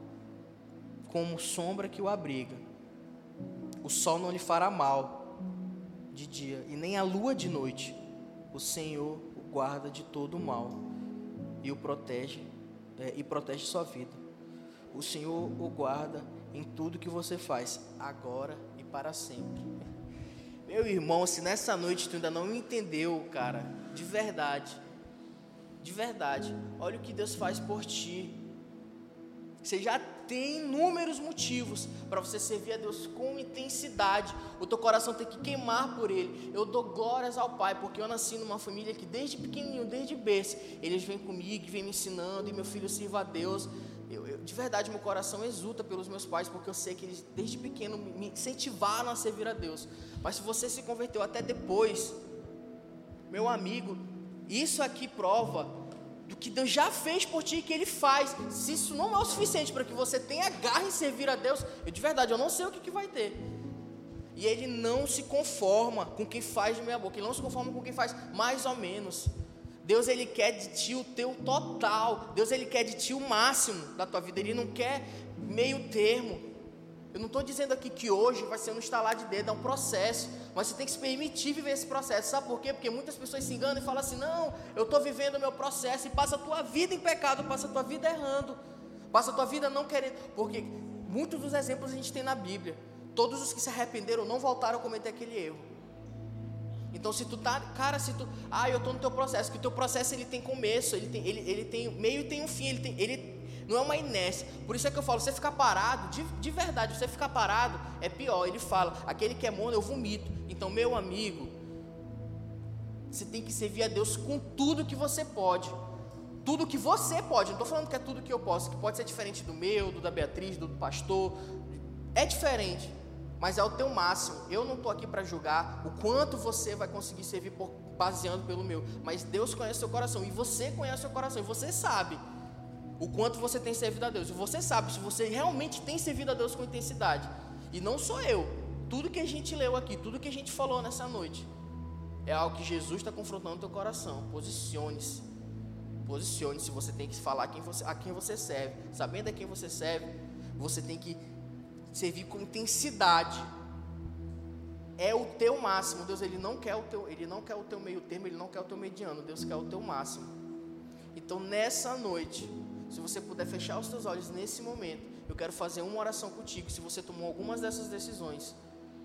como sombra que o abriga. O sol não lhe fará mal de dia, e nem a lua de noite. O Senhor o guarda de todo o mal e o protege, é, e protege sua vida. O Senhor o guarda em tudo que você faz, agora e para sempre. Meu irmão, se nessa noite tu ainda não entendeu, cara, de verdade, de verdade, olha o que Deus faz por ti. Você já tem inúmeros motivos para você servir a Deus com intensidade. O teu coração tem que queimar por Ele. Eu dou glórias ao Pai, porque eu nasci numa família que desde pequenininho, desde berço, eles vêm comigo, vêm me ensinando, e meu filho sirva a Deus. Eu, eu, de verdade, meu coração exulta pelos meus pais, porque eu sei que eles desde pequeno me incentivaram a servir a Deus. Mas se você se converteu até depois, meu amigo, isso aqui prova do que Deus já fez por ti e que Ele faz. Se isso não é o suficiente para que você tenha garra em servir a Deus, eu de verdade, eu não sei o que, que vai ter. E Ele não se conforma com quem faz de meia boca, Ele não se conforma com quem faz mais ou menos. Deus, Ele quer de ti o teu total. Deus, Ele quer de ti o máximo da tua vida. Ele não quer meio termo. Eu não estou dizendo aqui que hoje vai ser um estalar de dedo, é um processo, mas você tem que se permitir viver esse processo. Sabe por quê? Porque muitas pessoas se enganam e falam assim: não, eu estou vivendo o meu processo, e passa a tua vida em pecado, passa a tua vida errando, passa a tua vida não querendo, porque muitos dos exemplos a gente tem na Bíblia. Todos os que se arrependeram não voltaram a cometer aquele erro. Então se tu tá, cara, se tu, ah, eu estou no teu processo, que o teu processo ele tem começo, ele tem, ele, ele tem meio e tem um fim, ele tem, ele não é uma inércia. Por isso é que eu falo, você ficar parado, de, de verdade, você ficar parado é pior. Ele fala, aquele que é mono eu vomito. Então, meu amigo, você tem que servir a Deus com tudo que você pode. Tudo que você pode, não estou falando que é tudo que eu posso, que pode ser diferente do meu, do da Beatriz, do, do pastor. É diferente, mas é o teu máximo. Eu não estou aqui para julgar o quanto você vai conseguir servir por, baseando pelo meu, mas Deus conhece o seu coração, e você conhece o seu coração, e você sabe o quanto você tem servido a Deus, e você sabe se você realmente tem servido a Deus com intensidade. E não sou eu, tudo que a gente leu aqui, tudo que a gente falou nessa noite, é algo que Jesus está confrontando o teu coração. Posicione-se, posicione-se. Você tem que falar a quem você, a quem você serve, sabendo a quem você serve, você tem que servir com intensidade. É o teu máximo. Deus, ele não quer o teu, ele não quer o teu meio termo, ele não quer o teu mediano. Deus quer o teu máximo. Então, nessa noite, se você puder fechar os teus olhos nesse momento, eu quero fazer uma oração contigo. Se você tomou algumas dessas decisões,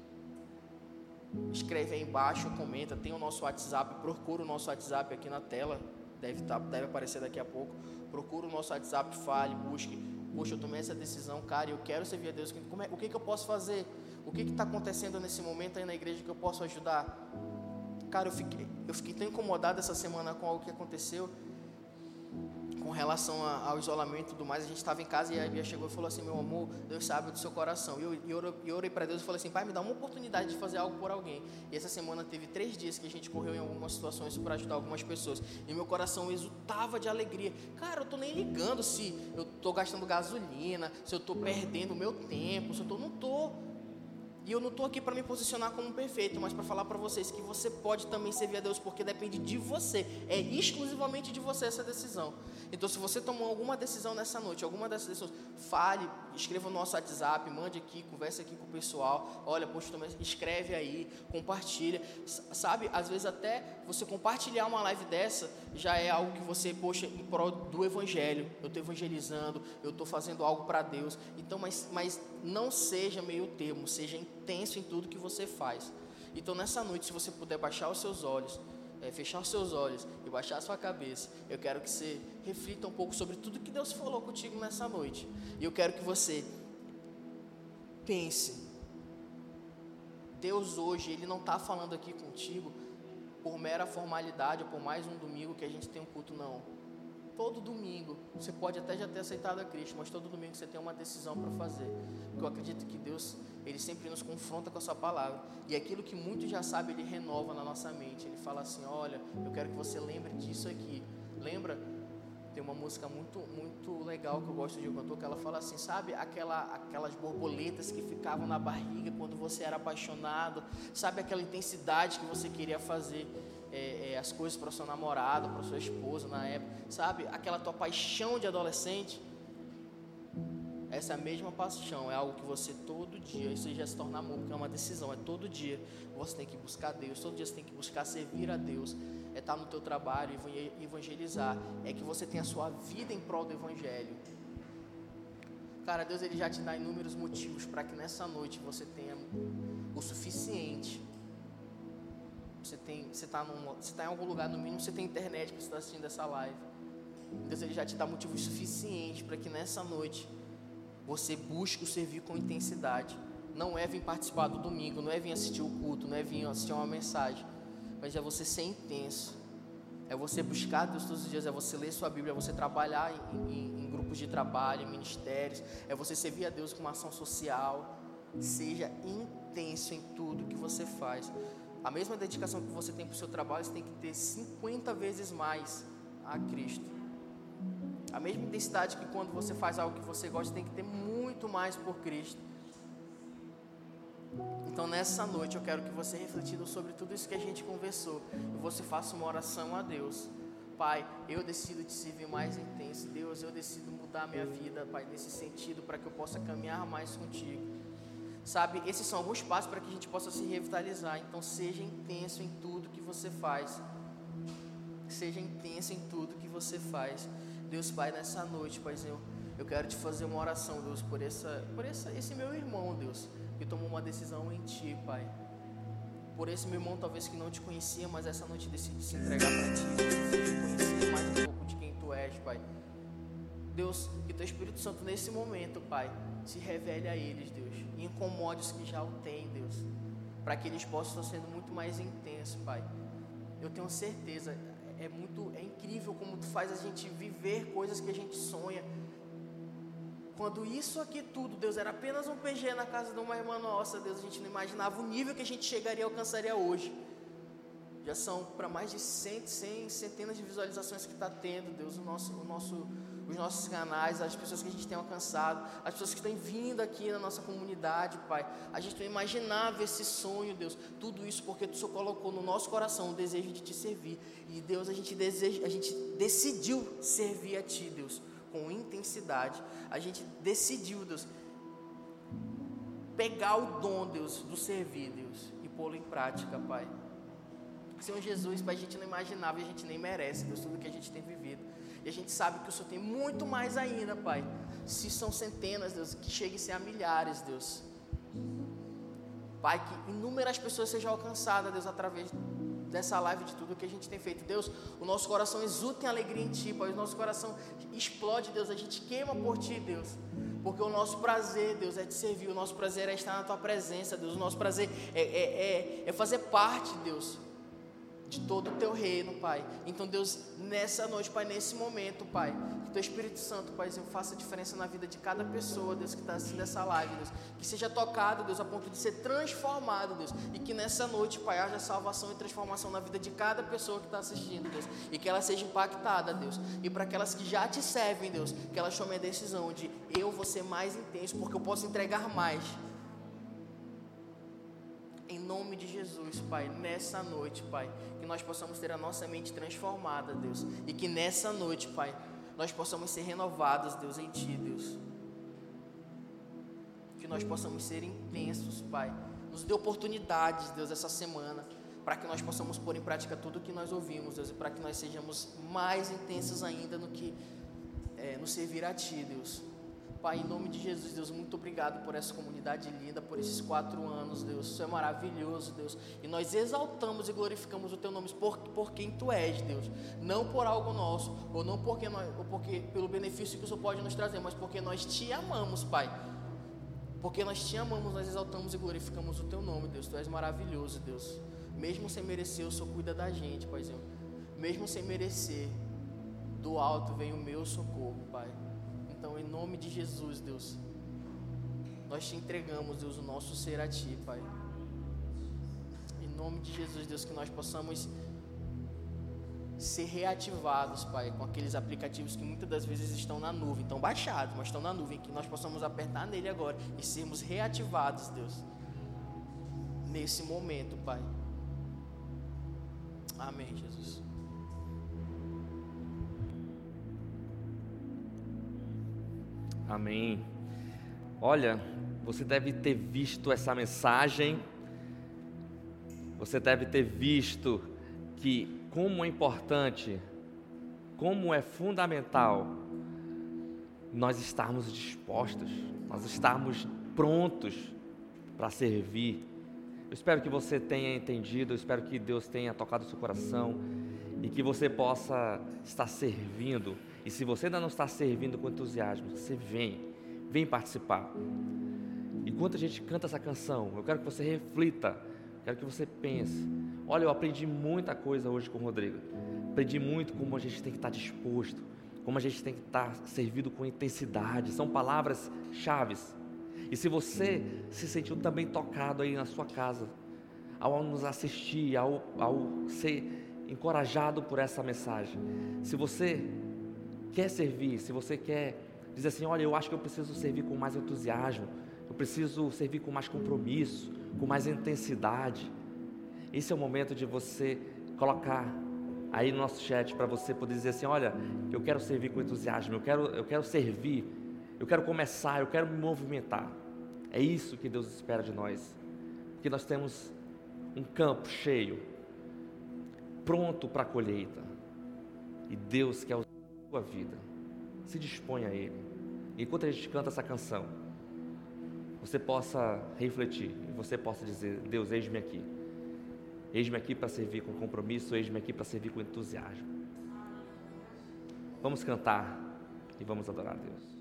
escreve aí embaixo, comenta. Tem o nosso WhatsApp, procura o nosso WhatsApp aqui na tela, deve, tá, deve aparecer daqui a pouco. Procura o nosso WhatsApp, fale, busque. Poxa, eu tomei essa decisão, cara, eu quero servir a Deus. Como é, o que, que eu posso fazer? O que está acontecendo nesse momento aí na igreja que eu posso ajudar? Cara, eu fiquei, eu fiquei tão incomodado essa semana com algo que aconteceu com relação a, ao isolamento e tudo mais. A gente estava em casa e a Bia chegou e falou assim: meu amor, Deus sabe do seu coração. E eu, eu, eu orei para Deus e falei assim: pai, me dá uma oportunidade de fazer algo por alguém. E essa semana teve três dias que a gente correu em algumas situações para ajudar algumas pessoas, e meu coração exultava de alegria. Cara, eu tô nem ligando se eu tô gastando gasolina, se eu tô perdendo o meu tempo, se eu tô, não tô. E eu não estou aqui para me posicionar como perfeito, mas para falar para vocês que você pode também servir a Deus, porque depende de você, é exclusivamente de você essa decisão. Então, se você tomou alguma decisão nessa noite, alguma dessas decisões, fale, escreva no nosso WhatsApp, mande aqui, converse aqui com o pessoal. Olha, poxa, também escreve aí, compartilha. Sabe, às vezes até você compartilhar uma live dessa já é algo que você, poxa, em prol do evangelho. Eu estou evangelizando, eu estou fazendo algo para Deus. Então, mas, mas não seja meio termo, seja intenso em tudo que você faz. Então, nessa noite, se você puder baixar os seus olhos, é, fechar os seus olhos e baixar a sua cabeça, eu quero que você reflita um pouco sobre tudo que Deus falou contigo nessa noite. E eu quero que você pense, Deus hoje, Ele não está falando aqui contigo por mera formalidade, ou por mais um domingo que a gente tem um culto, não. Todo domingo, você pode até já ter aceitado a Cristo, mas todo domingo você tem uma decisão para fazer. Porque eu acredito que Deus, Ele sempre nos confronta com a sua palavra. E aquilo que muitos já sabem, Ele renova na nossa mente. Ele fala assim, olha, eu quero que você lembre disso aqui. Lembra? Tem uma música muito, muito legal que eu gosto de um cantor, que ela fala assim, sabe aquela, aquelas borboletas que ficavam na barriga quando você era apaixonado? Sabe aquela intensidade que você queria fazer é, é, as coisas para o seu namorado, para sua esposa na época? Sabe aquela tua paixão de adolescente? Essa mesma paixão é algo que você todo dia, isso já se torna amor, porque é uma decisão, é todo dia você tem que buscar Deus, todo dia você tem que buscar servir a Deus, é estar no teu trabalho, evangelizar, é que você tenha a sua vida em prol do Evangelho. Cara, Deus, Ele já te dá inúmeros motivos para que nessa noite você tenha o suficiente. Você tem, você está tá em algum lugar, no mínimo você tem internet para você estar assistindo essa live. Deus, Ele já te dá motivos suficientes para que nessa noite você busque o servir com intensidade. Não é vir participar do domingo, não é vir assistir o culto, não é vir assistir uma mensagem, mas é você ser intenso, é você buscar Deus todos os dias, é você ler sua Bíblia, é você trabalhar em, em, em grupos de trabalho, em ministérios, é você servir a Deus com uma ação social. Seja intenso em tudo que você faz. A mesma dedicação que você tem para o seu trabalho, você tem que ter cinquenta vezes mais a Cristo. A mesma intensidade que quando você faz algo que você gosta, tem que ter muito mais por Cristo. Então nessa noite eu quero que você, refletindo sobre tudo isso que a gente conversou, e você faça uma oração a Deus. Pai, eu decido te servir mais intenso. Deus, eu decido mudar a minha vida, Pai, nesse sentido, para que eu possa caminhar mais contigo. Sabe, esses são alguns passos para que a gente possa se revitalizar. Então seja intenso em tudo que você faz. Seja intenso em tudo que você faz. Deus, Pai, nessa noite, Paizinho, eu quero te fazer uma oração, Deus, por, essa, por essa, esse meu irmão, Deus, que tomou uma decisão em Ti, Pai. Por esse meu irmão, talvez que não te conhecia, mas essa noite decide se entregar para Ti, decide conhecer mais um pouco de quem Tu és, Pai. Deus, que Teu Espírito Santo nesse momento, Pai, se revele a eles, Deus, e incomode os que já o têm, Deus, para que eles possam estar sendo muito mais intensos, Pai. Eu tenho certeza, é muito, é incrível como Tu faz a gente viver coisas que a gente sonha. Quando isso aqui tudo, Deus, era apenas um P G na casa de uma irmã nossa, Deus, a gente não imaginava o nível que a gente chegaria e alcançaria hoje. Já são para mais de cem, cem, centenas de visualizações que está tendo, Deus, o nosso, o nosso, os nossos canais, as pessoas que a gente tem alcançado, as pessoas que estão vindo aqui na nossa comunidade, Pai. A gente não imaginava esse sonho, Deus, tudo isso porque Tu só colocou no nosso coração o desejo de Te servir. E Deus, a gente, deseja, a gente decidiu servir a Ti, Deus, com intensidade. A gente decidiu, Deus, pegar o dom, Deus, do servir, Deus, e pô-lo em prática, Pai. Senhor Jesus, Pai, a gente não imaginava e a gente nem merece, Deus, tudo que a gente tem vivido. E a gente sabe que o Senhor tem muito mais ainda, Pai. Se são centenas, Deus, que chegue a ser a milhares, Deus. Pai, que inúmeras pessoas sejam alcançadas, Deus, através dessa live, de tudo que a gente tem feito. Deus, o nosso coração exulta em alegria em Ti, Pai. O nosso coração explode, Deus. A gente queima por Ti, Deus. Porque o nosso prazer, Deus, é te servir. O nosso prazer é estar na Tua presença, Deus. O nosso prazer é, é, é, é fazer parte, Deus, de todo o Teu reino, Pai. Então, Deus, nessa noite, Pai, nesse momento, Pai, que Teu Espírito Santo, Paizinho, faça diferença na vida de cada pessoa, Deus, que está assistindo essa live, Deus, que seja tocado, Deus, a ponto de ser transformado, Deus, e que nessa noite, Pai, haja salvação e transformação na vida de cada pessoa que está assistindo, Deus, e que ela seja impactada, Deus, e para aquelas que já Te servem, Deus, que elas tomem a decisão de eu vou ser mais intenso, porque eu posso entregar mais. Em nome de Jesus, Pai, nessa noite, Pai, que nós possamos ter a nossa mente transformada, Deus, e que nessa noite, Pai, nós possamos ser renovados, Deus, em Ti, Deus, que nós possamos ser intensos, Pai. Nos dê oportunidades, Deus, essa semana, para que nós possamos pôr em prática tudo o que nós ouvimos, Deus, e para que nós sejamos mais intensos ainda no que é, nos servir a Ti, Deus. Pai, em nome de Jesus, Deus, muito obrigado por essa comunidade linda, por esses quatro anos, Deus. Isso é maravilhoso, Deus. E nós exaltamos e glorificamos o Teu nome por, por quem Tu és, Deus. Não por algo nosso, ou não porque nós, ou porque, pelo benefício que o Senhor pode nos trazer, mas porque nós Te amamos, Pai. Porque nós Te amamos, nós exaltamos e glorificamos o Teu nome, Deus. Tu és maravilhoso, Deus. Mesmo sem merecer, o Senhor cuida da gente, Paizinho. Mesmo sem merecer, do alto vem o meu socorro, Pai. Então, em nome de Jesus, Deus, nós Te entregamos, Deus, o nosso ser a Ti, Pai. Em nome de Jesus, Deus, que nós possamos ser reativados, Pai, com aqueles aplicativos que muitas das vezes estão na nuvem, estão baixados, mas estão na nuvem, que nós possamos apertar nele agora e sermos reativados, Deus, nesse momento, Pai. Amém, Jesus. Amém. Olha, você deve ter visto essa mensagem, você deve ter visto que como é importante, como é fundamental nós estarmos dispostos, nós estarmos prontos para servir. Eu espero que você tenha entendido, eu espero que Deus tenha tocado o seu coração e que você possa estar servindo. E se você ainda não está servindo com entusiasmo, você vem, vem participar. Enquanto a gente canta essa canção, eu quero que você reflita, quero que você pense. Olha, eu aprendi muita coisa hoje com o Rodrigo. Aprendi muito como a gente tem que estar disposto, como a gente tem que estar servido com intensidade. São palavras chaves. E se você se sentiu também tocado aí na sua casa, ao nos assistir, ao, ao ser encorajado por essa mensagem, se você quer servir, se você quer dizer assim, olha, eu acho que eu preciso servir com mais entusiasmo, eu preciso servir com mais compromisso, com mais intensidade, esse é o momento de você colocar aí no nosso chat para você poder dizer assim, olha, eu quero servir com entusiasmo, eu quero, eu quero servir, eu quero começar, eu quero me movimentar. É isso que Deus espera de nós, porque nós temos um campo cheio, pronto para a colheita, e Deus quer usar a sua vida. Se dispõe a Ele. Enquanto a gente canta essa canção, você possa refletir, e você possa dizer, Deus, eis-me aqui, eis-me aqui para servir com compromisso, eis-me aqui para servir com entusiasmo. Vamos cantar e vamos adorar a Deus.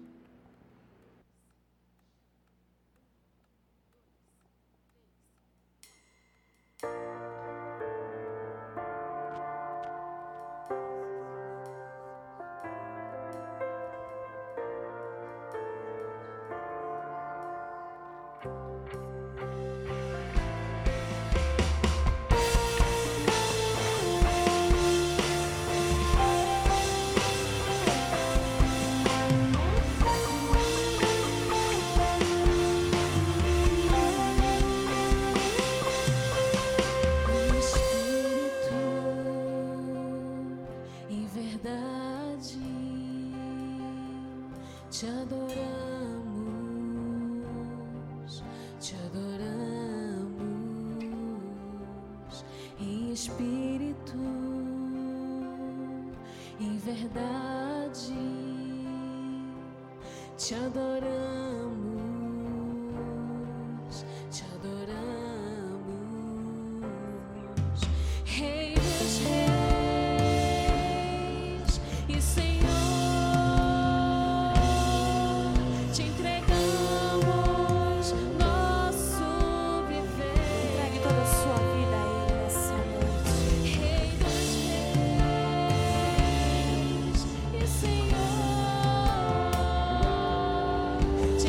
Te adoramos, te adoramos, em espírito, em verdade, te adoramos, te adoramos, Rei dos Reis e Senhor. Te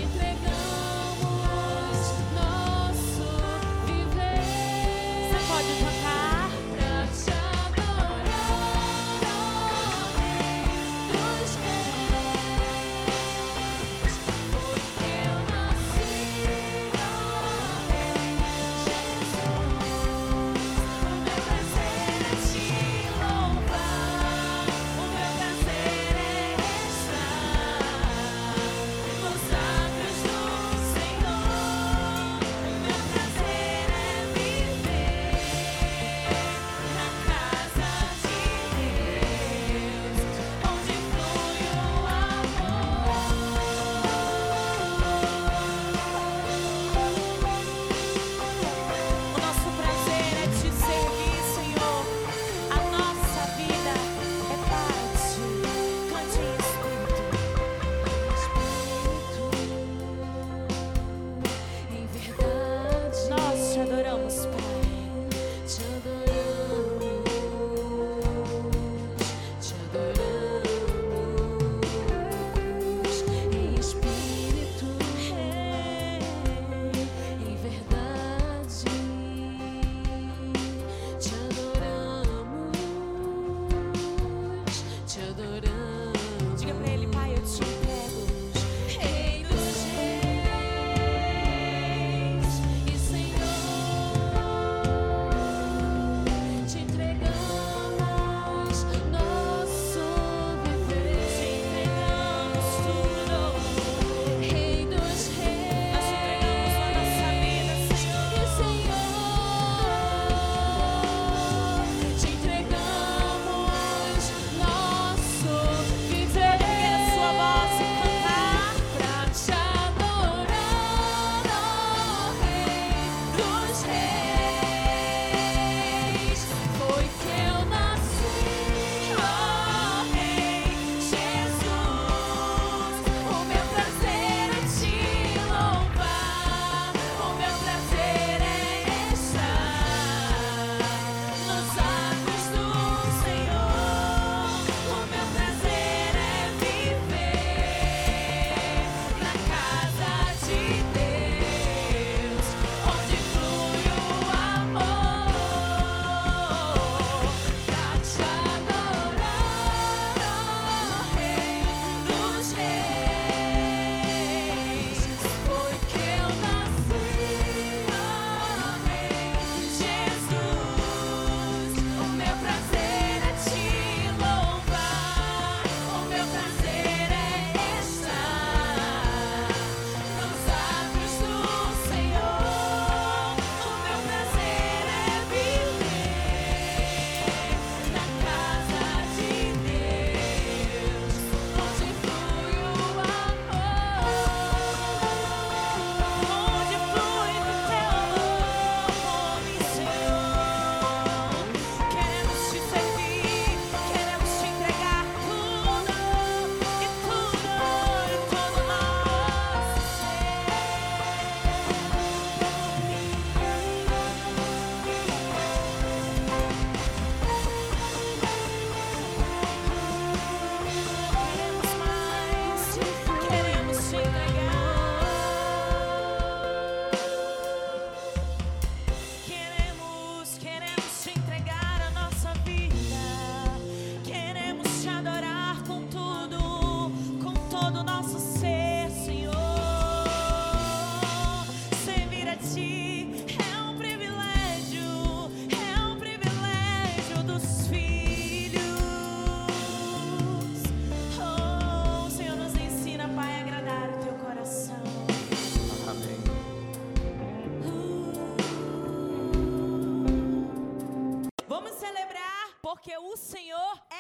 porque o Senhor